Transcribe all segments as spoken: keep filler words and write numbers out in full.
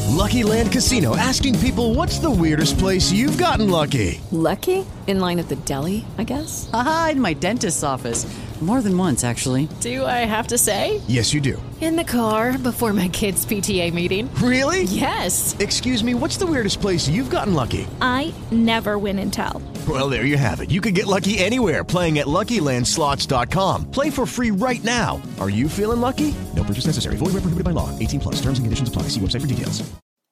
Lucky Land Casino, asking people, what's the weirdest place you've gotten lucky? Lucky? In line at the deli, I guess? Aha, in my dentist's office. More than once, actually. Do I have to say? Yes, you do. In the car before my kids' P T A meeting. Really? Yes. Excuse me, what's the weirdest place you've gotten lucky? I never win and tell. Well, there you have it. You can get lucky anywhere, playing at Lucky Land Slots dot com. Play for free right now. Are you feeling lucky? No purchase necessary. Void where prohibited by law. eighteen plus. Terms and conditions apply. See website for details.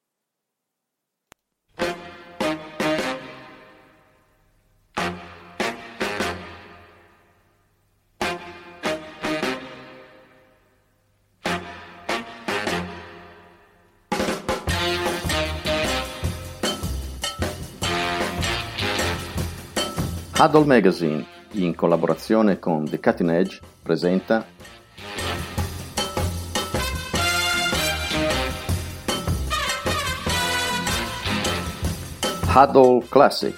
Huddle Magazine, in collaborazione con The Cutting Edge, presenta Huddle Classic,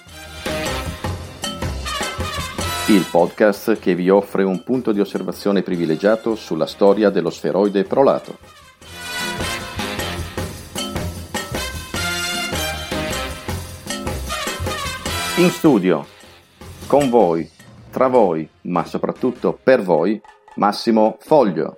il podcast che vi offre un punto di osservazione privilegiato sulla storia dello sferoide prolato. In studio, con voi, tra voi, ma soprattutto per voi, Massimo Foglio.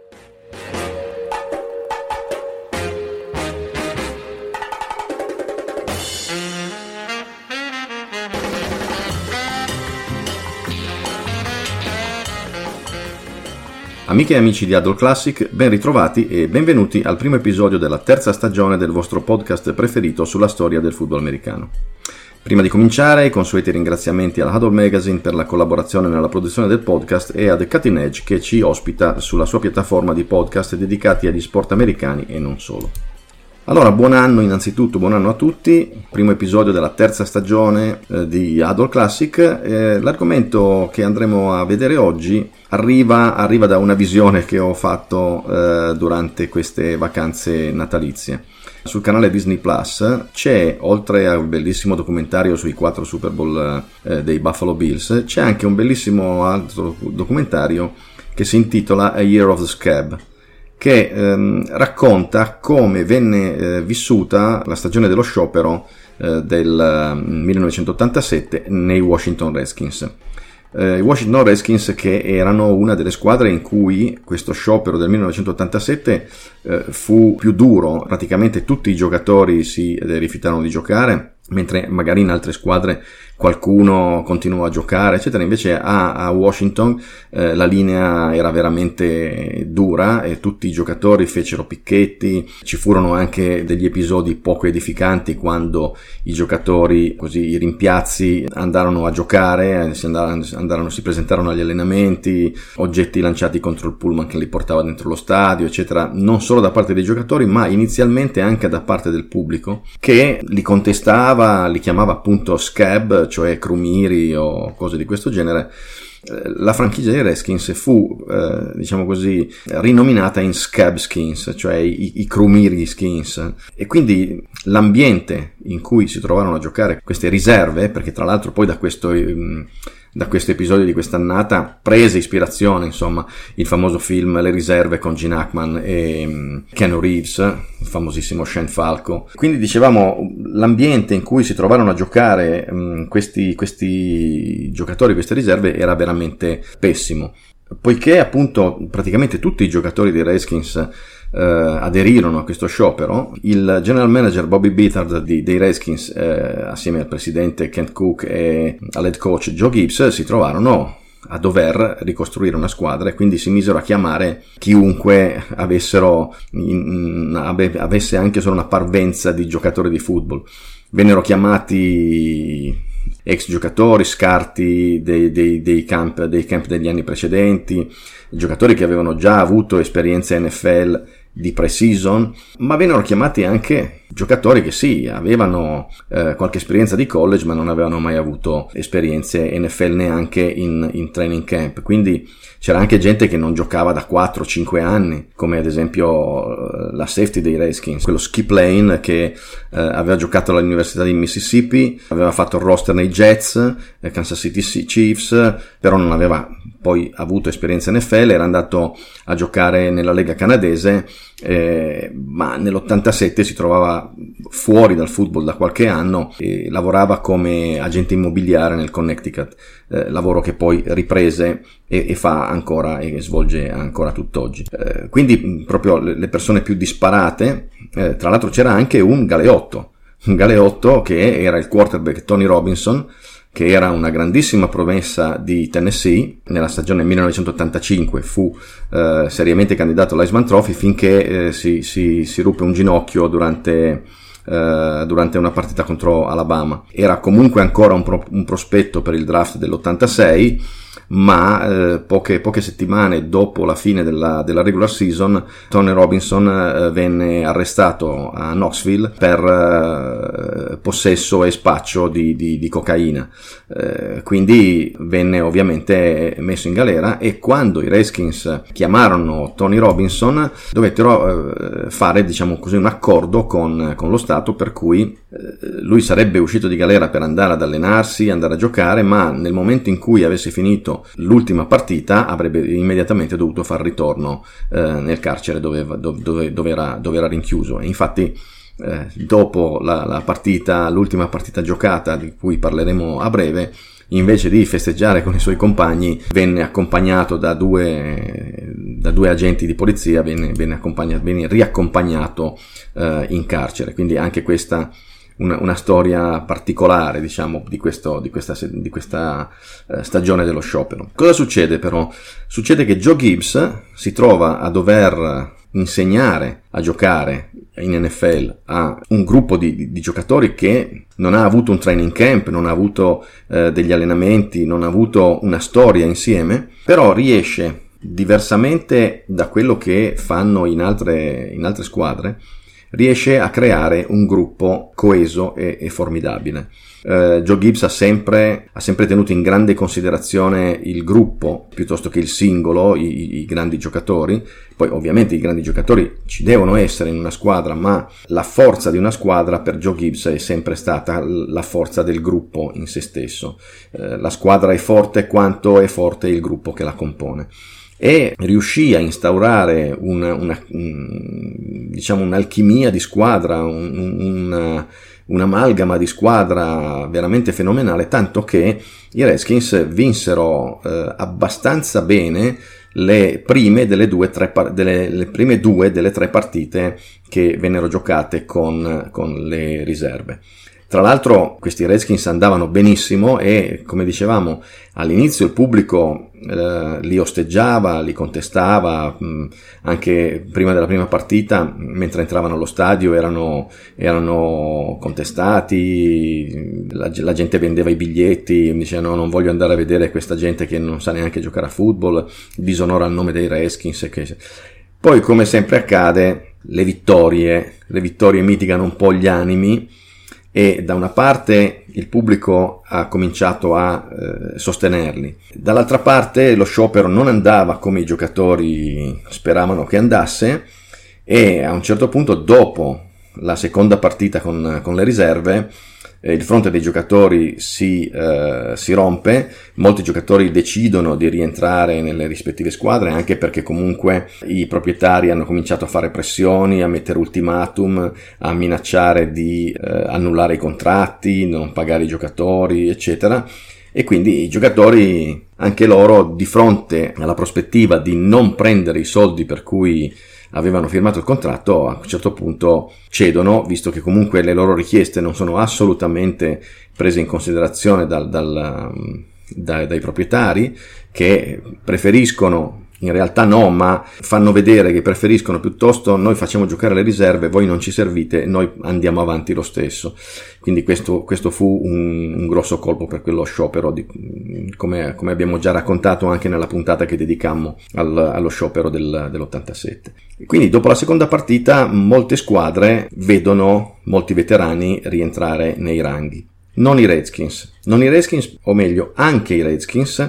Amiche e amici di Huddle Classic, ben ritrovati e benvenuti al primo episodio della terza stagione del vostro podcast preferito sulla storia del football americano. Prima di cominciare, i consueti ringraziamenti alla Huddle Magazine per la collaborazione nella produzione del podcast e a The Cutting Edge che ci ospita sulla sua piattaforma di podcast dedicati agli sport americani e non solo. Allora, buon anno innanzitutto, buon anno a tutti, primo episodio della terza stagione eh, di Huddle Classic. Eh, l'argomento che andremo a vedere oggi arriva, arriva da una visione che ho fatto eh, durante queste vacanze natalizie. Sul canale Disney Plus c'è, oltre a un bellissimo documentario sui quattro Super Bowl eh, dei Buffalo Bills, c'è anche un bellissimo altro documentario che si intitola A Year of the Scab, che ehm, racconta come venne eh, vissuta la stagione dello sciopero eh, del eh, millenovecentottantasette nei Washington Redskins. Eh, I Washington Redskins, che erano una delle squadre in cui questo sciopero del millenovecentottantasette eh, fu più duro, praticamente tutti i giocatori si eh, rifiutarono di giocare, mentre magari in altre squadre qualcuno continuò a giocare, eccetera. Invece a, a Washington eh, la linea era veramente dura e tutti i giocatori fecero picchetti. Ci furono anche degli episodi poco edificanti quando i giocatori, così i rimpiazzi, andarono a giocare, si, andarono, andarono, si presentarono agli allenamenti, oggetti lanciati contro il pullman che li portava dentro lo stadio, eccetera, non solo da parte dei giocatori ma inizialmente anche da parte del pubblico, che li contestava, li chiamava appunto scab, cioè crumiri o cose di questo genere. La franchigia dei Redskins fu, eh, diciamo così, rinominata in Scab Skins, cioè i, i crumiri skins, e quindi l'ambiente in cui si trovarono a giocare queste riserve, perché tra l'altro poi da questo da questo episodio di quest'annata prese ispirazione, insomma, il famoso film Le riserve con Gene Hackman e um, Keanu Reeves, il famosissimo Shane Falco. Quindi dicevamo, l'ambiente in cui si trovarono a giocare um, questi, questi giocatori, queste riserve, era veramente pessimo, poiché appunto praticamente tutti i giocatori dei Redskins Uh, aderirono a questo sciopero. Il general manager Bobby Beathard di, dei Redskins, uh, assieme al presidente Kent Cook e all'head coach Joe Gibbs, si trovarono a dover ricostruire una squadra e quindi si misero a chiamare chiunque avessero in, in, avesse anche solo una parvenza di giocatori di football. Vennero chiamati ex giocatori, scarti dei, dei, dei, camp, dei camp degli anni precedenti, giocatori che avevano già avuto esperienza N F L di pre-season, ma vennero chiamati anche giocatori che sì, avevano eh, qualche esperienza di college, ma non avevano mai avuto esperienze N F L neanche in, in training camp. Quindi c'era anche gente che non giocava da quattro cinque anni, come ad esempio la safety dei Redskins, quello Skip Lane che eh, aveva giocato all'Università di Mississippi, aveva fatto il roster nei Jets, eh, Kansas City Chiefs, però non aveva poi avuto esperienza N F L, era andato a giocare nella Lega canadese, eh, ma nell'ottantasette si trovava fuori dal football da qualche anno e lavorava come agente immobiliare nel Connecticut, eh, lavoro che poi riprese e, e fa ancora e svolge ancora tutt'oggi. Eh, quindi proprio le persone più disparate, eh, tra l'altro c'era anche un galeotto, un galeotto che era il quarterback Tony Robinson, che era una grandissima promessa di Tennessee. Nella stagione millenovecentottantacinque fu eh, seriamente candidato all'Heisman Trophy finché eh, si, si, si ruppe un ginocchio durante, eh, durante una partita contro Alabama. Era comunque ancora un, pro, un prospetto per il draft dell'ottantasei, ma eh, poche, poche settimane dopo la fine della, della regular season Tony Robinson eh, venne arrestato a Knoxville per eh, possesso e spaccio di, di, di cocaina, eh, quindi venne ovviamente messo in galera, e quando i Redskins chiamarono Tony Robinson dovettero eh, fare, diciamo così, un accordo con, con lo Stato per cui eh, lui sarebbe uscito di galera per andare ad allenarsi, andare a giocare, ma nel momento in cui avesse finito l'ultima partita avrebbe immediatamente dovuto far ritorno eh, nel carcere dove, dove, dove, era, dove era rinchiuso. E infatti eh, dopo la, la partita, l'ultima partita giocata, di cui parleremo a breve, invece di festeggiare con i suoi compagni venne accompagnato da due, da due agenti di polizia, venne, venne, accompagnato, venne riaccompagnato eh, in carcere. Quindi anche questa Una, una storia particolare, diciamo, di, questo, di questa, di questa eh, stagione dello sciopero. Cosa succede però? Succede che Joe Gibbs si trova a dover insegnare a giocare in N F L a un gruppo di, di, di giocatori che non ha avuto un training camp, non ha avuto eh, degli allenamenti, non ha avuto una storia insieme, però riesce, diversamente da quello che fanno in altre, in altre squadre, riesce a creare un gruppo coeso e, e formidabile. Uh, Joe Gibbs ha sempre, ha sempre tenuto in grande considerazione il gruppo piuttosto che il singolo, i, i grandi giocatori. Poi ovviamente i grandi giocatori ci devono essere in una squadra, ma la forza di una squadra per Joe Gibbs è sempre stata la forza del gruppo in se stesso. Uh, la squadra è forte quanto è forte il gruppo che la compone. E riuscì a instaurare una, una diciamo un'alchimia di squadra, un, una, un'amalgama di squadra veramente fenomenale, tanto che i Redskins vinsero eh, abbastanza bene le prime delle due tre delle le prime due delle tre partite che vennero giocate con con le riserve. Tra l'altro questi Redskins andavano benissimo e, come dicevamo, all'inizio il pubblico eh, li osteggiava, li contestava, mh, anche prima della prima partita, mentre entravano allo stadio erano, erano contestati, la, la gente vendeva i biglietti, diceva no, non voglio andare a vedere questa gente che non sa neanche giocare a football, disonora il nome dei Redskins. Che... Poi, come sempre accade, le vittorie, le vittorie mitigano un po' gli animi, e da una parte il pubblico ha cominciato a eh, sostenerli, dall'altra parte lo sciopero non andava come i giocatori speravano che andasse, e a un certo punto, dopo la seconda partita con, con le riserve, eh, il fronte dei giocatori si, eh, si rompe, molti giocatori decidono di rientrare nelle rispettive squadre, anche perché comunque i proprietari hanno cominciato a fare pressioni, a mettere ultimatum, a minacciare di eh, annullare i contratti, non pagare i giocatori, eccetera. E quindi i giocatori, anche loro, di fronte alla prospettiva di non prendere i soldi per cui avevano firmato il contratto, a un certo punto cedono, visto che comunque le loro richieste non sono assolutamente prese in considerazione dal, dal, dai, dai proprietari, che preferiscono in realtà no, ma fanno vedere che preferiscono piuttosto noi facciamo giocare le riserve, voi non ci servite, noi andiamo avanti lo stesso. Quindi questo, questo fu un, un grosso colpo per quello sciopero, di, come, come abbiamo già raccontato anche nella puntata che dedicammo al, allo sciopero del, dell'ottantasette. Quindi dopo la seconda partita molte squadre vedono molti veterani rientrare nei ranghi. Non i Redskins, non i Redskins, o meglio anche i Redskins,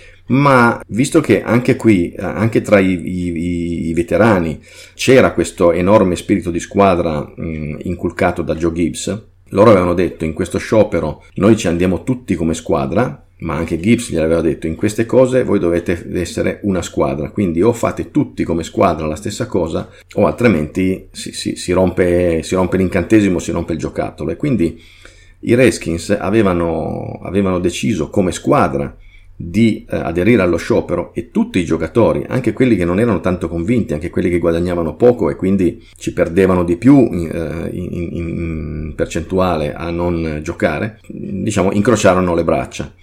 ma visto che anche qui, anche tra i, i, i veterani, c'era questo enorme spirito di squadra mh, inculcato da Joe Gibbs, loro avevano detto in questo sciopero noi ci andiamo tutti come squadra, ma anche Gibbs gli aveva detto in queste cose voi dovete essere una squadra, quindi o fate tutti come squadra la stessa cosa o altrimenti si, si, si, rompe, si rompe l'incantesimo, si rompe il giocattolo. E quindi i Redskins avevano, avevano deciso come squadra di eh, aderire allo sciopero, e tutti i giocatori, anche quelli che non erano tanto convinti, anche quelli che guadagnavano poco e quindi ci perdevano di più in, in, in percentuale a non giocare, diciamo incrociarono le braccia.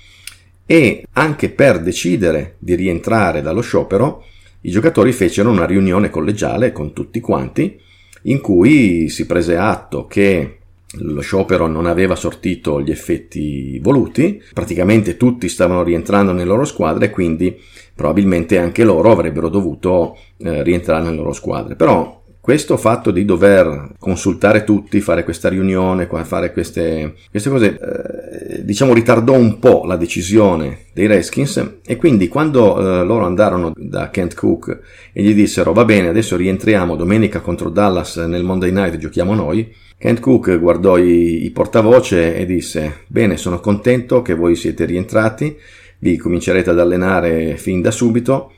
E anche per decidere di rientrare dallo sciopero i giocatori fecero una riunione collegiale con tutti quanti, in cui si prese atto che lo sciopero non aveva sortito gli effetti voluti, praticamente tutti stavano rientrando nelle loro squadre e quindi probabilmente anche loro avrebbero dovuto eh, rientrare nelle loro squadre. Però questo fatto di dover consultare tutti, fare questa riunione, fare queste, queste cose, eh, diciamo ritardò un po' la decisione dei Redskins, e quindi quando eh, loro andarono da Kent Cook e gli dissero va bene, adesso rientriamo domenica contro Dallas nel Monday Night, giochiamo noi, Kent Cook guardò i, i portavoce e disse bene, sono contento che voi siete rientrati, vi comincerete ad allenare fin da subito,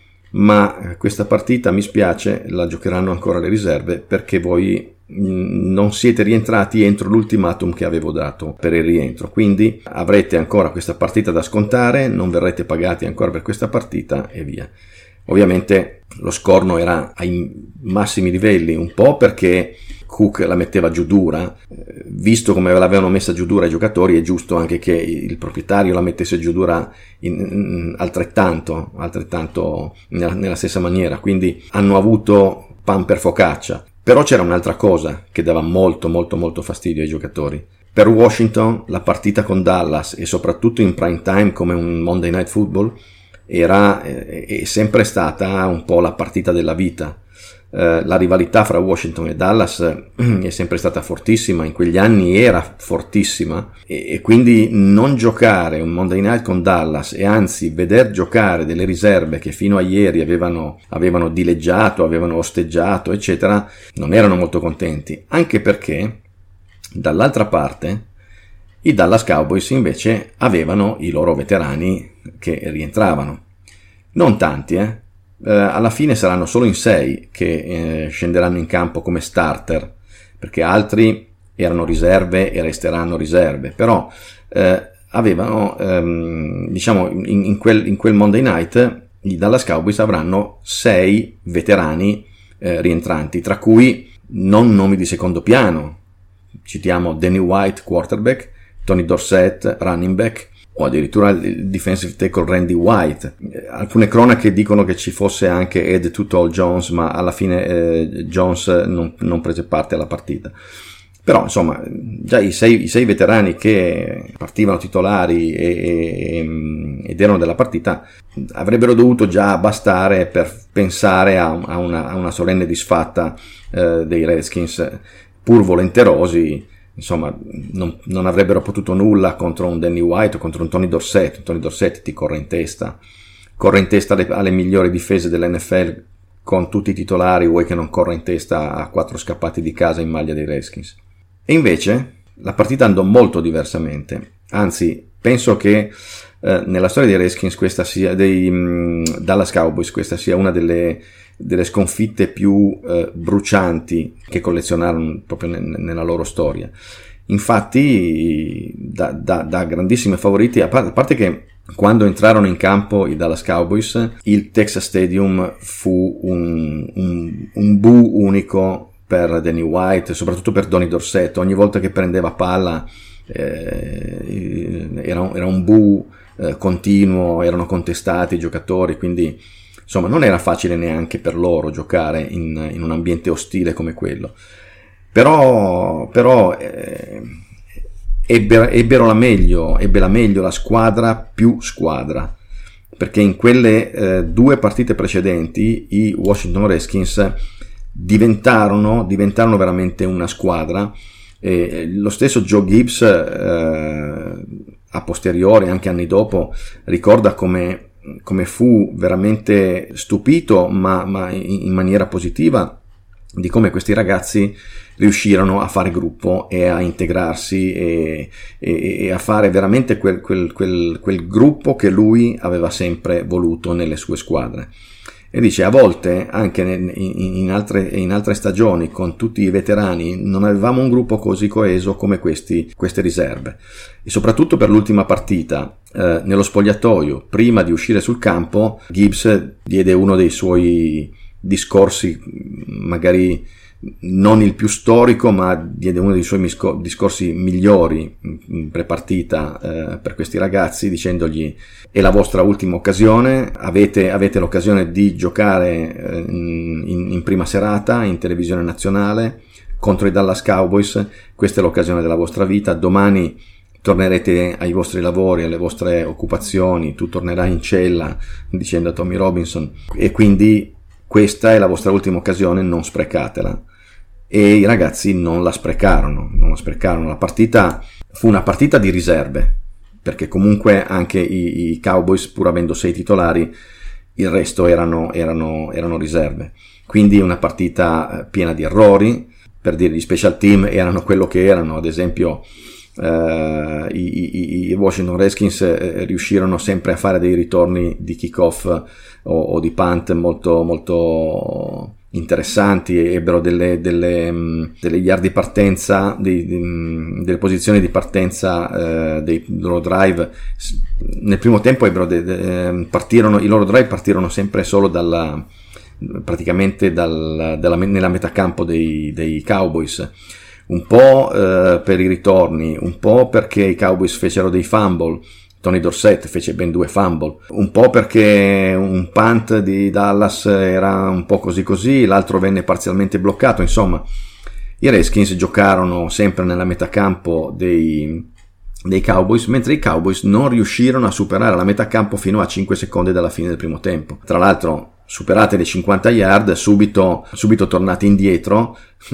ma questa partita mi spiace, la giocheranno ancora le riserve perché voi non siete rientrati entro l'ultimatum che avevo dato per il rientro, quindi avrete ancora questa partita da scontare, non verrete pagati ancora per questa partita e via. Ovviamente lo scorno era ai massimi livelli, un po' perché Cook la metteva giù dura, visto come l'avevano messa giù dura i giocatori è giusto anche che il proprietario la mettesse giù dura in, in, altrettanto, altrettanto nella, nella stessa maniera, quindi hanno avuto pan per focaccia. Però c'era un'altra cosa che dava molto molto molto fastidio ai giocatori. Per Washington la partita con Dallas, e soprattutto in prime time come un Monday Night Football, era è sempre stata un po' la partita della vita. Eh, la rivalità fra Washington e Dallas è sempre stata fortissima, in quegli anni era fortissima, e, e quindi non giocare un Monday Night con Dallas e anzi veder giocare delle riserve che fino a ieri avevano, avevano dileggiato, avevano osteggiato eccetera, non erano molto contenti, anche perché dall'altra parte i Dallas Cowboys invece avevano i loro veterani che rientravano, non tanti, eh. Eh, alla fine saranno solo in sei che eh, scenderanno in campo come starter, perché altri erano riserve e resteranno riserve, però eh, avevano ehm, diciamo in, in, quel, in quel Monday Night i Dallas Cowboys avranno sei veterani eh, rientranti, tra cui non nomi di secondo piano, citiamo Danny White quarterback, Tony Dorsett running back, o addirittura il defensive tackle Randy White. Alcune cronache dicono che ci fosse anche Ed Tuttle Jones, ma alla fine eh, Jones non, non prese parte alla partita. Però insomma già i sei, i sei veterani che partivano titolari e, e, ed erano della partita avrebbero dovuto già bastare per pensare a, a, una, a una solenne disfatta eh, dei Redskins, pur volenterosi. Insomma, non, non avrebbero potuto nulla contro un Danny White o contro un Tony Dorsett. Un Tony Dorsett ti corre in testa, corre in testa alle, alle migliori difese dell'N F L con tutti i titolari, vuoi che non corra in testa a quattro scappati di casa in maglia dei Redskins. E invece la partita andò molto diversamente, anzi penso che eh, nella storia dei Redskins questa sia, dei mh, Dallas Cowboys, questa sia una delle delle sconfitte più eh, brucianti che collezionarono proprio ne- nella loro storia. Infatti da, da, da grandissimi favoriti, a parte, a parte che quando entrarono in campo i Dallas Cowboys il Texas Stadium fu un, un, un bu unico per Danny White, soprattutto per Tony Dorsett. Ogni volta che prendeva palla eh, era, era un bu eh, continuo, erano contestati i giocatori, quindi insomma non era facile neanche per loro giocare in, in un ambiente ostile come quello. Però, però eh, ebbero, ebbero la meglio, ebbe la meglio la squadra più squadra, perché in quelle eh, due partite precedenti i Washington Redskins diventarono, diventarono veramente una squadra. E lo stesso Joe Gibbs eh, a posteriori, anche anni dopo, ricorda come, come fu veramente stupito, ma, ma in, in maniera positiva, di come questi ragazzi riuscirono a fare gruppo e a integrarsi e, e, e a fare veramente quel, quel, quel, quel gruppo che lui aveva sempre voluto nelle sue squadre. E dice, a volte anche in, in, altre, in altre stagioni con tutti i veterani non avevamo un gruppo così coeso come questi, queste riserve, e soprattutto per l'ultima partita eh, nello spogliatoio prima di uscire sul campo Gibbs diede uno dei suoi discorsi, magari non il più storico, ma diede uno dei suoi discorsi migliori in prepartita eh, per questi ragazzi, dicendogli: è la vostra ultima occasione, avete, avete l'occasione di giocare eh, in, in prima serata in televisione nazionale contro i Dallas Cowboys, questa è l'occasione della vostra vita, domani tornerete ai vostri lavori, alle vostre occupazioni, tu tornerai in cella, dicendo a Tommy Robinson, e quindi questa è la vostra ultima occasione, non sprecatela. E i ragazzi non la sprecarono, non la sprecarono. La partita fu una partita di riserve, perché comunque anche i, i Cowboys, pur avendo sei titolari, il resto erano, erano, erano riserve. Quindi una partita piena di errori, per dire, gli special team erano quello che erano. Ad esempio Uh, i, i, i Washington Redskins eh, riuscirono sempre a fare dei ritorni di kickoff o, o di punt molto molto interessanti, ebbero delle, delle, um, delle yard di partenza, di, di, um, delle posizioni di partenza uh, dei loro drive. Nel primo tempo ebbero de, de, partirono, i loro drive partirono sempre solo dalla, praticamente dal, dalla, nella metà campo dei, dei Cowboys. Un po' eh, per i ritorni, un po' perché i Cowboys fecero dei fumble, Tony Dorsett fece ben due fumble, un po' perché un punt di Dallas era un po' così così, l'altro venne parzialmente bloccato. Insomma, i Redskins giocarono sempre nella metà campo dei, dei Cowboys, mentre i Cowboys non riuscirono a superare la metà campo fino a cinque secondi dalla fine del primo tempo. Tra l'altro, superate le cinquanta yard, subito, subito tornati indietro,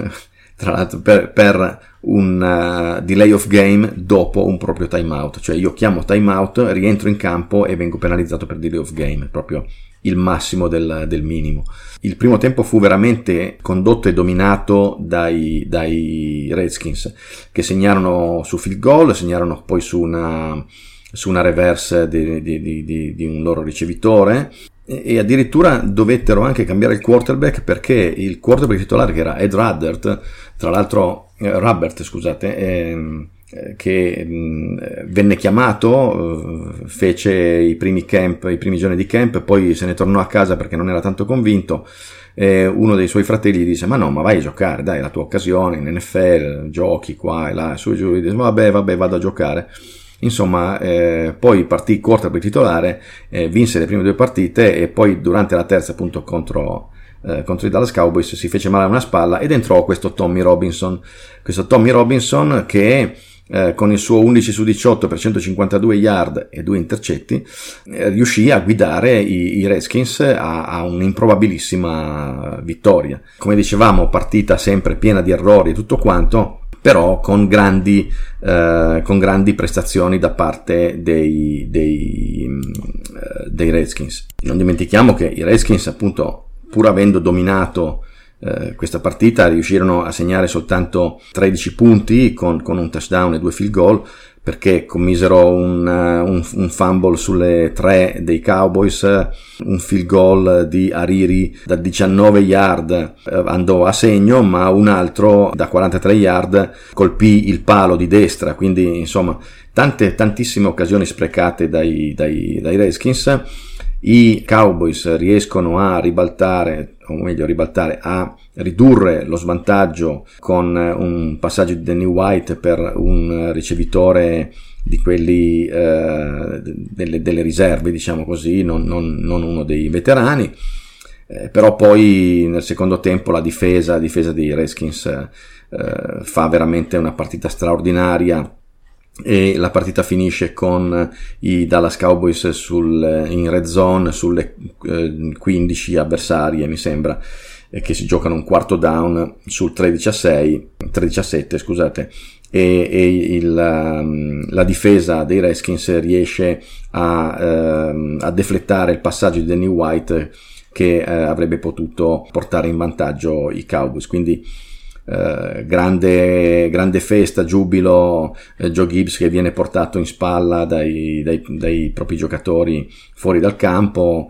tra l'altro per, per un uh, delay of game dopo un proprio timeout, cioè io chiamo timeout, rientro in campo e vengo penalizzato per delay of game, proprio il massimo del, del minimo. Il primo tempo fu veramente condotto e dominato dai, dai Redskins, che segnarono su field goal, segnarono poi su una, su una reverse di, di, di, di, di un loro ricevitore, e addirittura dovettero anche cambiare il quarterback, perché il quarterback titolare, che era Ed Ruddert, tra l'altro eh, Rubbert, scusate, eh, che mh, venne chiamato, eh, fece i primi camp, i primi giorni di camp, poi se ne tornò a casa perché non era tanto convinto. Eh, uno dei suoi fratelli gli disse: ma no, ma vai a giocare, dai, è la tua occasione in N F L, giochi qua e là, su e giù. Gli disse: vabbè, vabbè, vado a giocare. Insomma, eh, poi partì il quarterback titolare, eh, vinse le prime due partite, e poi durante la terza, appunto, contro, eh, contro i Dallas Cowboys, si fece male a una spalla ed entrò questo Tommy Robinson. Questo Tommy Robinson che eh, con il suo undici su diciotto per centocinquantadue yard e due intercetti eh, riuscì a guidare i, i Redskins a, a un'improbabilissima vittoria. Come dicevamo, partita sempre piena di errori e tutto quanto, però con grandi, eh, con grandi prestazioni da parte dei, dei, eh, dei Redskins. Non dimentichiamo che i Redskins, appunto, pur avendo dominato eh, questa partita, riuscirono a segnare soltanto tredici punti con, con un touchdown e due field goal, perché commisero un, un, un fumble sulle tre dei Cowboys, un field goal di Hariri da diciannove yard andò a segno, ma un altro da quarantatré yard colpì il palo di destra. Quindi insomma tante tantissime occasioni sprecate dai, dai, dai Redskins, i Cowboys riescono a ribaltare, o meglio ribaltare, a ridurre lo svantaggio con un passaggio di Danny White per un ricevitore di quelli eh, delle, delle riserve, diciamo così, non, non, non uno dei veterani. Eh, però poi nel secondo tempo la difesa, difesa dei Redskins eh, fa veramente una partita straordinaria e la partita finisce con i Dallas Cowboys sul, in red zone sulle eh, quindici avversarie, mi sembra, eh, che si giocano un quarto down sul tredici a sei, tredici a sette, scusate, e, e il, um, la difesa dei Redskins riesce a, uh, a deflettare il passaggio di Danny White che uh, avrebbe potuto portare in vantaggio i Cowboys. Quindi Uh, grande, grande festa, giubilo, uh, Joe Gibbs che viene portato in spalla dai, dai, dai propri giocatori fuori dal campo,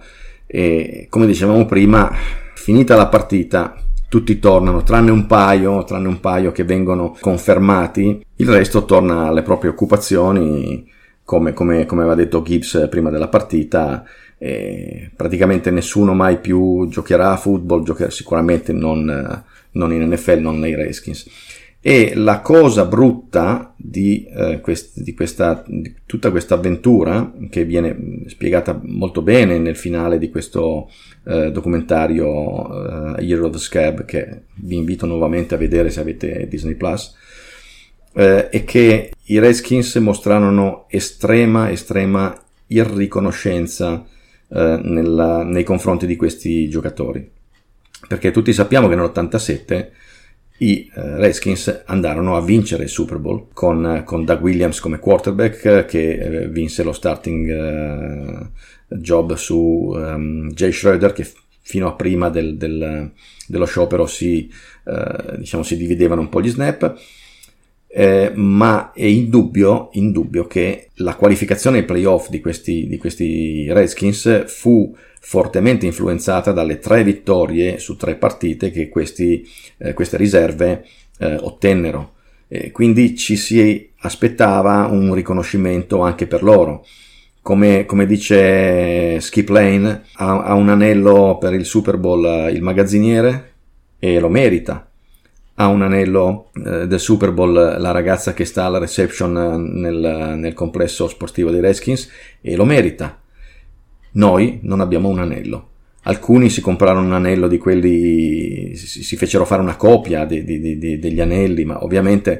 e come dicevamo prima, finita la partita tutti tornano, tranne un paio, tranne un paio che vengono confermati, il resto torna alle proprie occupazioni, come, come, come aveva detto Gibbs prima della partita. E praticamente nessuno mai più giocherà a football, giocherà sicuramente non non in N F L, non nei Redskins. E la cosa brutta di, eh, quest, di questa di tutta questa avventura, che viene spiegata molto bene nel finale di questo eh, documentario eh, Year of the Scab, che vi invito nuovamente a vedere se avete Disney Plus, eh, è che i Redskins mostrarono estrema estrema irriconoscenza eh, nella, nei confronti di questi giocatori. Perché tutti sappiamo che nell'ottantasette i eh, Redskins andarono a vincere il Super Bowl con, con Doug Williams come quarterback, che eh, vinse lo starting eh, job su um, Jay Schroeder, che f- fino a prima del, del, dello sciopero si, eh, diciamo, si dividevano un po' gli snap. Eh, ma è indubbio, indubbio che la qualificazione ai playoff di questi, di questi Redskins fu fortemente influenzata dalle tre vittorie su tre partite che questi, eh, queste riserve eh, ottennero. Eh, quindi ci si aspettava un riconoscimento anche per loro. Come, come dice Skip Lane, ha, ha un anello per il Super Bowl il magazziniere e lo merita. Ha un anello eh, del Super Bowl la ragazza che sta alla reception nel, nel complesso sportivo dei Redskins e lo merita. Noi non abbiamo un anello. Alcuni si comprarono un anello di quelli, si, si fecero fare una copia di, di, di, degli anelli, ma ovviamente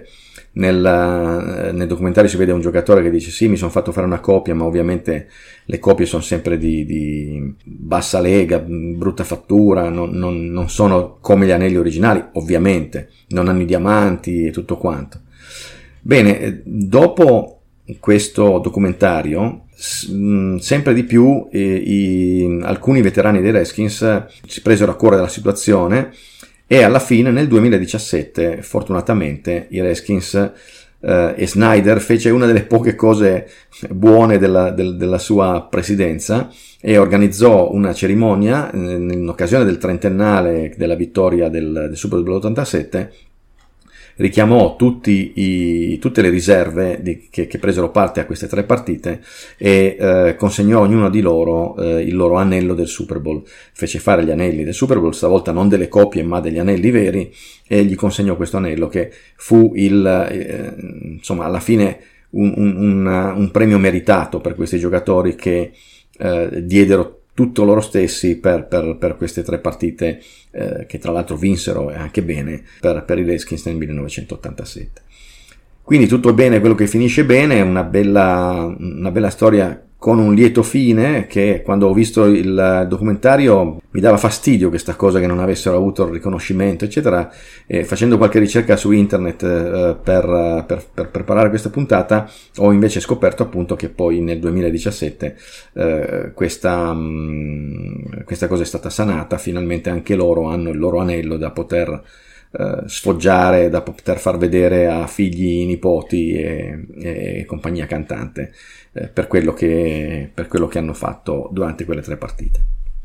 nel, nel documentario si vede un giocatore che dice sì, mi sono fatto fare una copia, ma ovviamente le copie sono sempre di, di bassa lega, brutta fattura, non, non, non sono come gli anelli originali, ovviamente, non hanno i diamanti e tutto quanto. Bene, dopo questo documentario, sempre di più i, i, alcuni veterani dei Redskins si presero a cuore della situazione e alla fine nel duemiladiciassette fortunatamente i Redskins eh, e Snyder fece una delle poche cose buone della, del, della sua presidenza e organizzò una cerimonia eh, in occasione del trentennale della vittoria del, del Super Bowl ottantasette. Richiamò tutti i, tutte le riserve di, che, che presero parte a queste tre partite e eh, consegnò a ognuno di loro eh, il loro anello del Super Bowl. Fece fare gli anelli del Super Bowl, stavolta non delle copie ma degli anelli veri, e gli consegnò questo anello che fu il, eh, insomma, alla fine un, un, un, un premio meritato per questi giocatori che eh, diedero tutto loro stessi per, per, per queste tre partite eh, che tra l'altro vinsero anche bene per, per i Redskins nel millenovecentottantasette. Quindi tutto bene, quello che finisce bene, è una bella, una bella storia con un lieto fine, che quando ho visto il documentario mi dava fastidio questa cosa che non avessero avuto il riconoscimento eccetera, e facendo qualche ricerca su internet eh, per, per, per preparare questa puntata ho invece scoperto appunto che poi nel duemiladiciassette eh, questa, mh, questa cosa è stata sanata, finalmente anche loro hanno il loro anello da poter eh, sfoggiare, da poter far vedere a figli, nipoti e, e compagnia cantante eh, per quello che, per quello che hanno fatto durante quelle tre partite.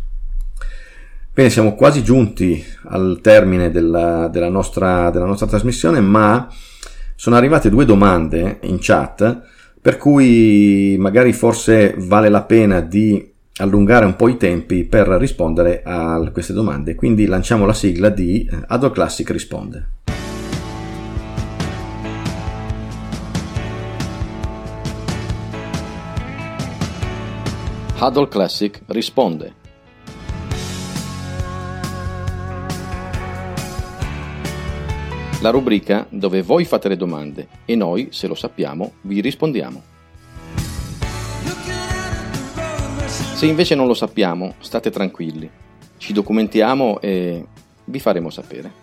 Bene, siamo quasi giunti al termine della, della, nostra, della nostra trasmissione, ma sono arrivate due domande in chat per cui magari forse vale la pena di allungare un po' i tempi per rispondere a queste domande. Quindi lanciamo la sigla di Huddle Classic risponde. Huddle Classic risponde. La rubrica dove voi fate le domande e noi, se lo sappiamo, vi rispondiamo. Se invece non lo sappiamo, state tranquilli. Ci documentiamo e vi faremo sapere.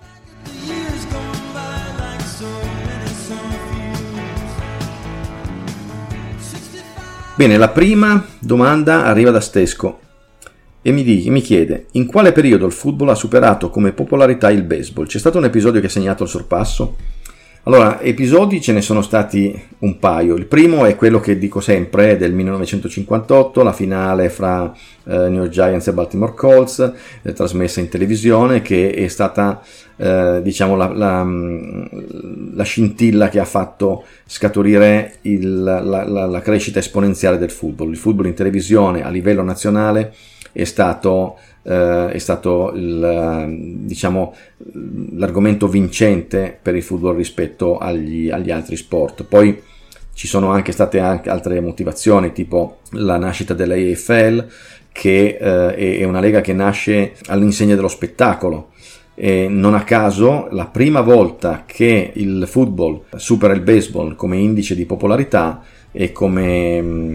Bene, la prima domanda arriva da Stesco e mi, di, mi chiede: in quale periodo il football ha superato come popolarità il baseball? C'è stato un episodio che ha segnato il sorpasso? Allora, episodi ce ne sono stati un paio. Il primo è quello che dico sempre, del millenovecentocinquantotto, la finale fra eh, New York Giants e Baltimore Colts, eh, trasmessa in televisione, che è stata eh, diciamo la, la, la scintilla che ha fatto scaturire il, la, la, la crescita esponenziale del football. Il football in televisione a livello nazionale è stato Uh, è stato il, diciamo, l'argomento vincente per il football rispetto agli, agli altri sport. Poi ci sono anche state anche altre motivazioni, tipo la nascita della A F L, che uh, è, è una lega che nasce all'insegna dello spettacolo. E non a caso la prima volta che il football supera il baseball come indice di popolarità e come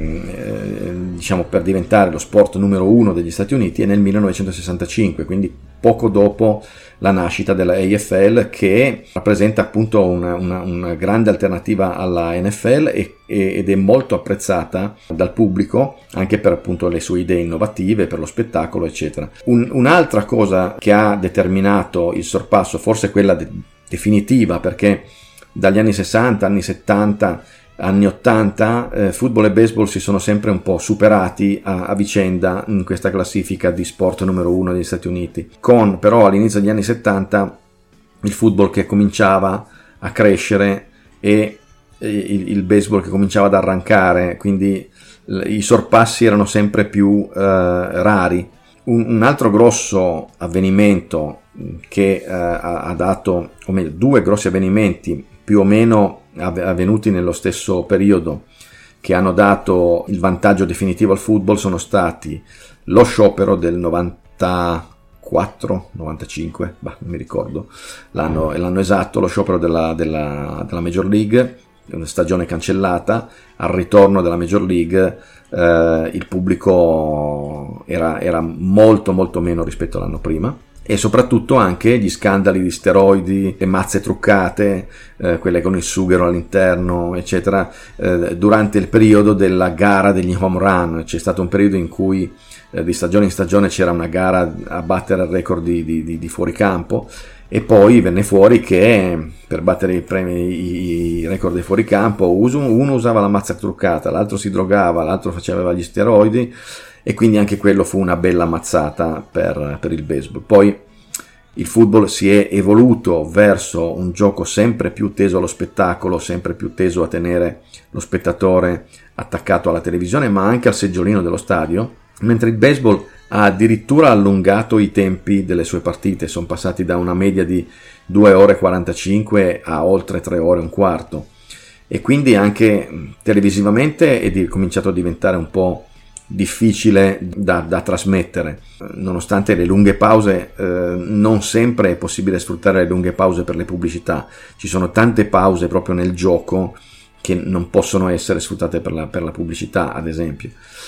eh, diciamo per diventare lo sport numero uno degli Stati Uniti è nel millenovecentosessantacinque, quindi poco dopo la nascita della A F L, che rappresenta appunto una, una, una grande alternativa alla N F L e, ed è molto apprezzata dal pubblico anche per appunto le sue idee innovative, per lo spettacolo eccetera. Un, un'altra cosa che ha determinato il sorpasso, forse quella de- definitiva, perché dagli anni sessanta, anni settanta, anni ottanta, eh, football e baseball si sono sempre un po' superati a, a vicenda in questa classifica di sport numero uno degli Stati Uniti, con però all'inizio degli anni settanta il football che cominciava a crescere e, e il, il baseball che cominciava ad arrancare, quindi l- i sorpassi erano sempre più eh, rari. Un, un altro grosso avvenimento che eh, ha, ha dato, o meglio, due grossi avvenimenti più o meno avvenuti nello stesso periodo che hanno dato il vantaggio definitivo al football sono stati lo sciopero del novantaquattro novantacinque, bah, non mi ricordo l'anno, l'anno esatto, lo sciopero della, della, della Major League, una stagione cancellata. Al ritorno della Major League eh, il pubblico era, era molto molto meno rispetto all'anno prima, e soprattutto anche gli scandali di steroidi, le mazze truccate, eh, quelle con il sughero all'interno eccetera, eh, durante il periodo della gara degli home run. C'è stato un periodo in cui eh, di stagione in stagione c'era una gara a battere il record di, di, di fuoricampo, e poi venne fuori che per battere i, premi, i record dei fuoricampo uno usava la mazza truccata, l'altro si drogava, l'altro faceva gli steroidi, e quindi anche quello fu una bella mazzata per, per il baseball. Poi il football si è evoluto verso un gioco sempre più teso allo spettacolo, sempre più teso a tenere lo spettatore attaccato alla televisione, ma anche al seggiolino dello stadio, mentre il baseball ha addirittura allungato i tempi delle sue partite. Sono passati da una media di due ore e quarantacinque a oltre tre ore e un quarto, e quindi anche televisivamente è cominciato a diventare un po' difficile da, da trasmettere. Nonostante le lunghe pause, eh, non sempre è possibile sfruttare le lunghe pause per le pubblicità. Ci sono tante pause proprio nel gioco che non possono essere sfruttate per la, per la pubblicità, ad esempio.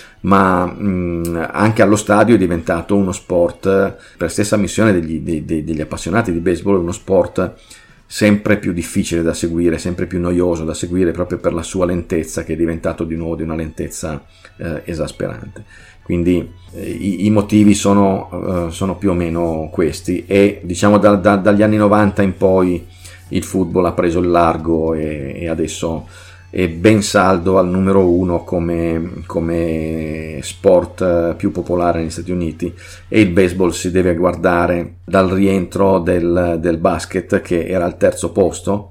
Ma mh, anche allo stadio è diventato uno sport, per stessa ammissione degli, dei, dei, degli appassionati di baseball, uno sport sempre più difficile da seguire, sempre più noioso da seguire, proprio per la sua lentezza, che è diventato di nuovo di una lentezza eh, esasperante. Quindi eh, i, i motivi sono, eh, sono più o meno questi, e diciamo da, da, dagli anni novanta in poi il football ha preso il largo e, e adesso è ben saldo al numero uno come, come sport più popolare negli Stati Uniti, e il baseball si deve guardare dal rientro del, del basket, che era al terzo posto,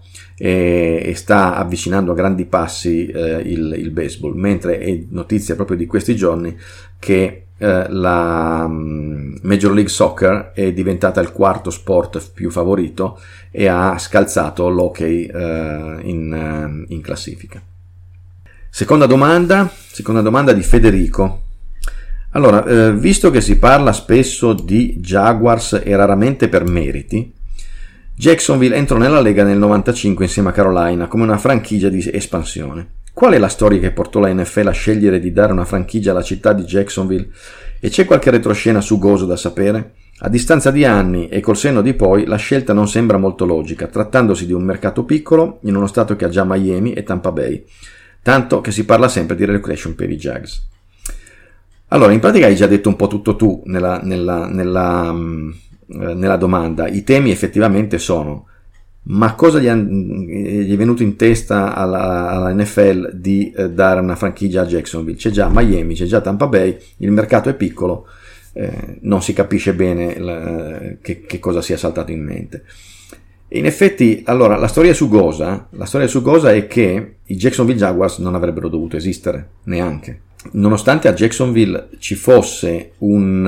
e, e sta avvicinando a grandi passi eh, il, il baseball, mentre è notizia proprio di questi giorni che eh, la um, Major League Soccer è diventata il quarto sport più favorito e ha scalzato l'hockey eh, in, uh, in classifica. Seconda domanda, seconda domanda di Federico. Allora, eh, visto che si parla spesso di Jaguars e raramente per meriti, Jacksonville entrò nella Lega nel novantacinque insieme a Carolina come una franchigia di espansione. Qual è la storia che portò la N F L a scegliere di dare una franchigia alla città di Jacksonville e c'è qualche retroscena sugoso da sapere? A distanza di anni e col senno di poi la scelta non sembra molto logica, trattandosi di un mercato piccolo in uno stato che ha già Miami e Tampa Bay, tanto che si parla sempre di relocation per i Jags. Allora, in pratica hai già detto un po' tutto tu nella, nella, nella, eh, nella domanda. I temi effettivamente sono: ma cosa gli, gli è venuto in testa alla, alla N F L di eh, dare una franchigia a Jacksonville? C'è già Miami, c'è già Tampa Bay, il mercato è piccolo, eh, non si capisce bene la, che, che cosa sia saltato in mente. E in effetti, allora, la storia sugosa, la storia sugosa è che i Jacksonville Jaguars non avrebbero dovuto esistere, neanche. Nonostante a Jacksonville ci fosse un,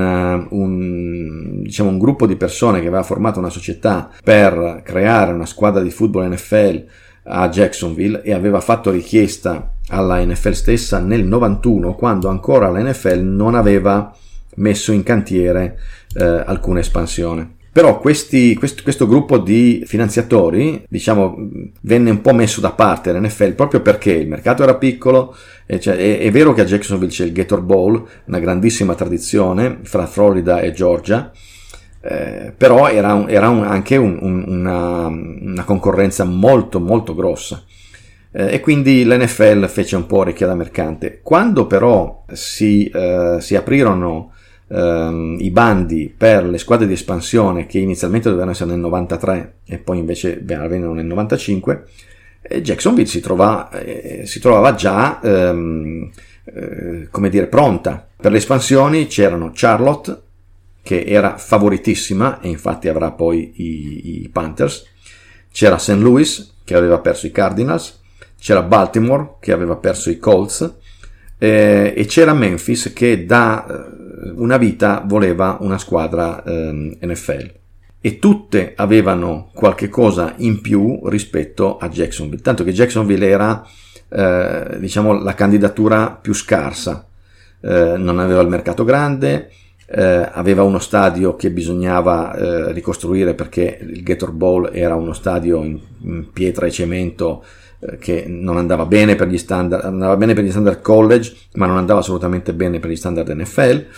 un, diciamo un gruppo di persone che aveva formato una società per creare una squadra di football N F L a Jacksonville e aveva fatto richiesta alla N F L stessa nel novantuno, quando ancora la N F L non aveva messo in cantiere eh, alcuna espansione. Però questi, questo, questo gruppo di finanziatori, diciamo, venne un po' messo da parte l'N F L proprio perché il mercato era piccolo. E cioè, è, è vero che a Jacksonville c'è il Gator Bowl, una grandissima tradizione fra Florida e Georgia, eh, però era, un, era un, anche un, un, una, una concorrenza molto molto grossa. Eh, e quindi l'N F L fece un po' orecchia da mercante. Quando però si, eh, si aprirono Um, i bandi per le squadre di espansione, che inizialmente dovevano essere nel novantatré e poi invece avvennero nel novantacinque, e Jacksonville si, trova, eh, si trovava già um, eh, come dire pronta per le espansioni. C'erano Charlotte, che era favoritissima e infatti avrà poi i, i Panthers, c'era Saint Louis che aveva perso i Cardinals, c'era Baltimore che aveva perso i Colts, eh, e c'era Memphis che da una vita voleva una squadra ehm, N F L, e tutte avevano qualche cosa in più rispetto a Jacksonville, tanto che Jacksonville era eh, diciamo la candidatura più scarsa, eh, non aveva il mercato grande, eh, aveva uno stadio che bisognava eh, ricostruire perché il Gator Bowl era uno stadio in, in pietra e cemento eh, che non andava bene per gli standard, andava bene per gli standard college, ma non andava assolutamente bene per gli standard N F L.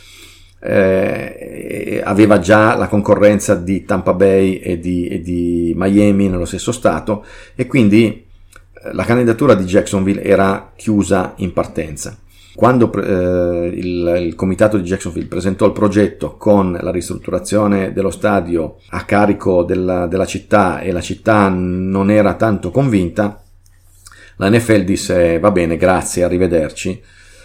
Eh, aveva già la concorrenza di Tampa Bay e di, e di Miami nello stesso stato, e quindi eh, la candidatura di Jacksonville era chiusa in partenza. Quando eh, il, il comitato di Jacksonville presentò il progetto con la ristrutturazione dello stadio a carico della, della città, e la città non era tanto convinta, la N F L disse va bene, grazie, arrivederci.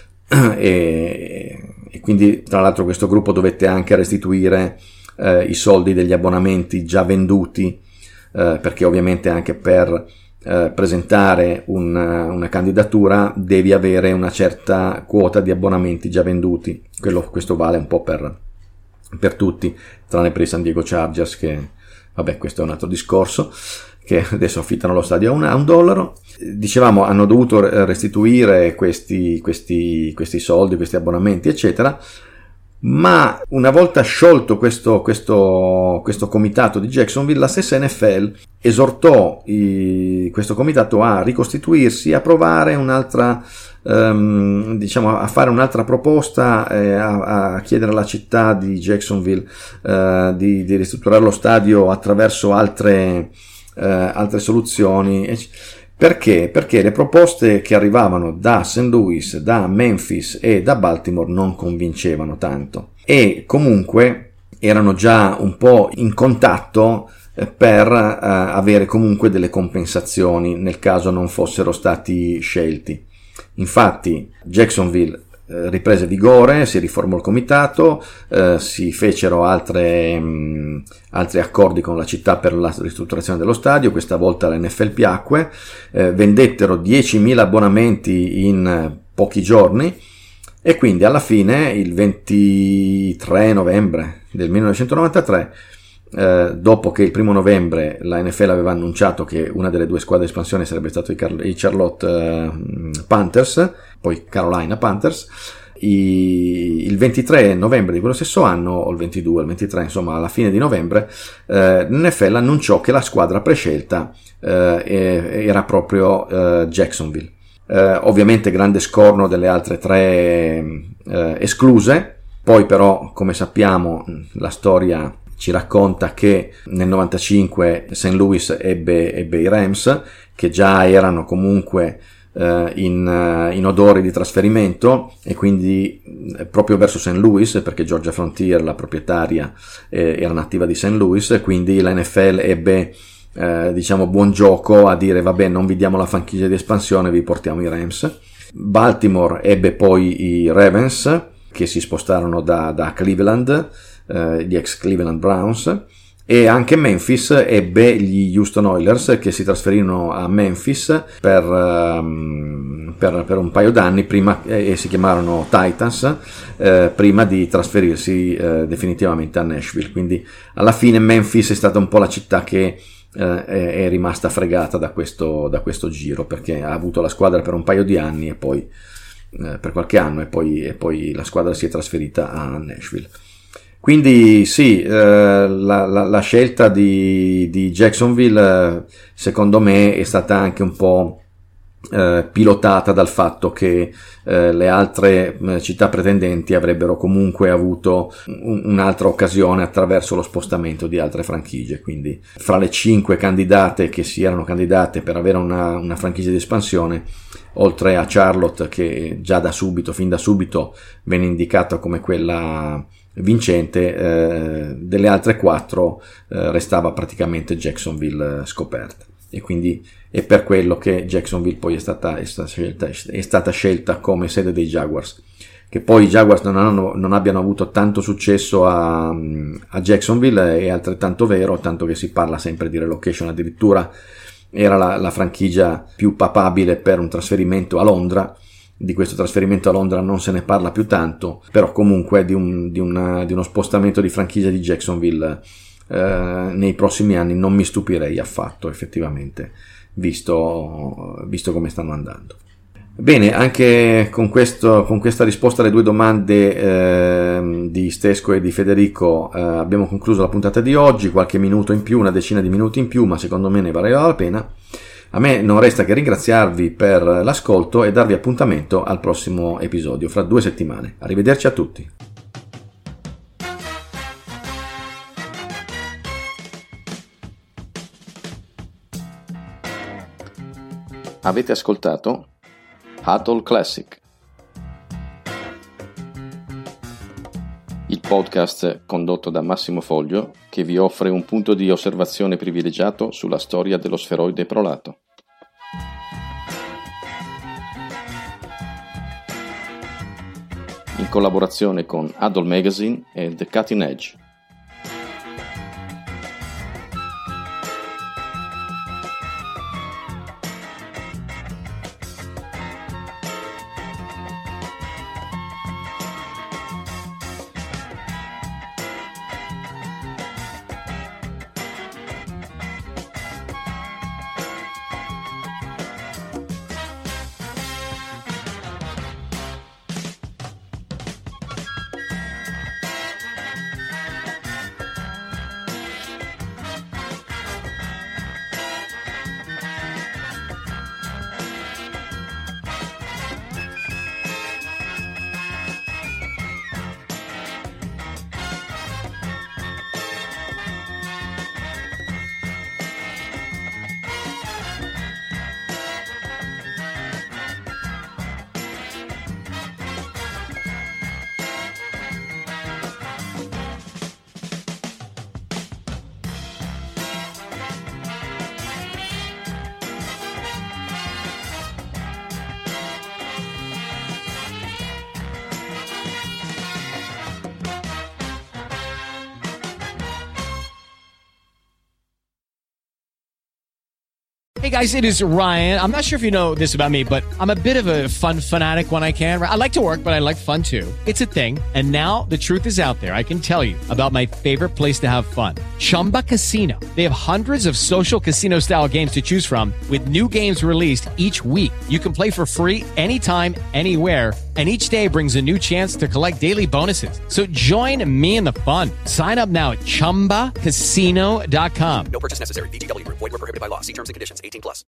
e E quindi tra l'altro questo gruppo dovette anche restituire eh, i soldi degli abbonamenti già venduti, eh, perché ovviamente anche per eh, presentare un, una candidatura devi avere una certa quota di abbonamenti già venduti. Quello, questo vale un po' per, per tutti, tranne per i San Diego Chargers, che vabbè, questo è un altro discorso, che adesso affittano lo stadio a un, a un dollaro. Dicevamo, hanno dovuto restituire questi, questi, questi soldi, questi abbonamenti, eccetera, ma una volta sciolto questo, questo, questo comitato di Jacksonville, la stessa N F L esortò i, questo comitato a ricostituirsi, a provare un'altra, um, diciamo, a fare un'altra proposta, eh, a, a chiedere alla città di Jacksonville uh, di, di ristrutturare lo stadio attraverso altre Uh, altre soluzioni. Perché? Perché le proposte che arrivavano da Saint Louis, da Memphis e da Baltimore non convincevano tanto, e comunque erano già un po' in contatto eh, per uh, avere comunque delle compensazioni nel caso non fossero stati scelti. Infatti Jacksonville eh, riprese vigore, si riformò il comitato, eh, si fecero altre, mh, altri accordi con la città per la ristrutturazione dello stadio. Questa volta l'N F L piacque, eh, vendettero diecimila abbonamenti in pochi giorni, E quindi alla fine, il ventitré novembre del millenovecentonovantatré, eh, dopo che il primo novembre la N F L aveva annunciato che una delle due squadre di espansione sarebbe stato i, Car- i Charlotte eh, Panthers, poi Carolina Panthers, i, il ventitré novembre di quello stesso anno, o il ventidue, il ventitré, insomma alla fine di novembre, eh, l'N F L annunciò che la squadra prescelta eh, era proprio eh, Jacksonville. Eh, ovviamente grande scorno delle altre tre eh, escluse. Poi però, come sappiamo, la storia ci racconta che nel novantacinque Saint Louis ebbe, ebbe i Rams, che già erano comunque eh, in, in odore di trasferimento, e quindi eh, proprio verso Saint Louis, perché Georgia Frontier, la proprietaria, eh, era nativa di Saint Louis, quindi la N F L ebbe eh, diciamo buon gioco a dire vabbè, non vi diamo la franchigia di espansione, vi portiamo i Rams. Baltimore ebbe poi i Ravens, che si spostarono da, da Cleveland, eh, gli ex Cleveland Browns, e anche Memphis ebbe gli Houston Oilers, che si trasferirono a Memphis per, um, per, per un paio d'anni prima, eh, e si chiamarono Titans, eh, prima di trasferirsi eh, definitivamente a Nashville. Quindi alla fine Memphis è stata un po' la città che eh, è rimasta fregata da questo, da questo giro, perché ha avuto la squadra per un paio di anni e poi eh, per qualche anno e poi, e poi la squadra si è trasferita a Nashville. Quindi sì, eh, la, la, la scelta di, di Jacksonville eh, secondo me è stata anche un po' eh, pilotata dal fatto che eh, le altre eh, città pretendenti avrebbero comunque avuto un, un'altra occasione attraverso lo spostamento di altre franchigie. Quindi fra le cinque candidate che si erano candidate per avere una, una franchigia di espansione, oltre a Charlotte, che già da subito, fin da subito, venne indicata come quella vincente, eh, delle altre quattro eh, restava praticamente Jacksonville eh, scoperta, e quindi è per quello che Jacksonville poi è stata, è stata, scelta, è stata scelta come sede dei Jaguars. Che poi i Jaguars non, hanno, non abbiano avuto tanto successo a, a Jacksonville è altrettanto vero, tanto che si parla sempre di relocation, addirittura era la, la franchigia più papabile per un trasferimento a Londra. Di questo trasferimento a Londra non se ne parla più tanto, però comunque di, un, di, una, di uno spostamento di franchigia di Jacksonville eh, nei prossimi anni non mi stupirei affatto, effettivamente, visto, visto come stanno andando. Bene, anche con, questo, con questa risposta alle due domande eh, di Stesco e di Federico eh, abbiamo concluso la puntata di oggi. Qualche minuto in più, una decina di minuti in più, ma secondo me ne valeva la pena. A me non resta che ringraziarvi per l'ascolto e darvi appuntamento al prossimo episodio fra due settimane. Arrivederci a tutti. Avete ascoltato Huddle Classic, il podcast condotto da Massimo Foglio che vi offre un punto di osservazione privilegiato sulla storia dello sferoide prolato. In collaborazione con Huddle Magazine e The Cutting Edge. Hey guys, it is Ryan. I'm not sure if you know this about me, but I'm a bit of a fun fanatic when I can. I like to work, but I like fun too. It's a thing. And now the truth is out there. I can tell you about my favorite place to have fun. Chumba Casino. They have hundreds of social casino style games to choose from with new games released each week. You can play for free anytime, anywhere. And each day brings a new chance to collect daily bonuses. So join me in the fun. Sign up now at chumba casino dot com. No purchase necessary. V G W Group. Void where prohibited by law. See terms and conditions. eighteen plus.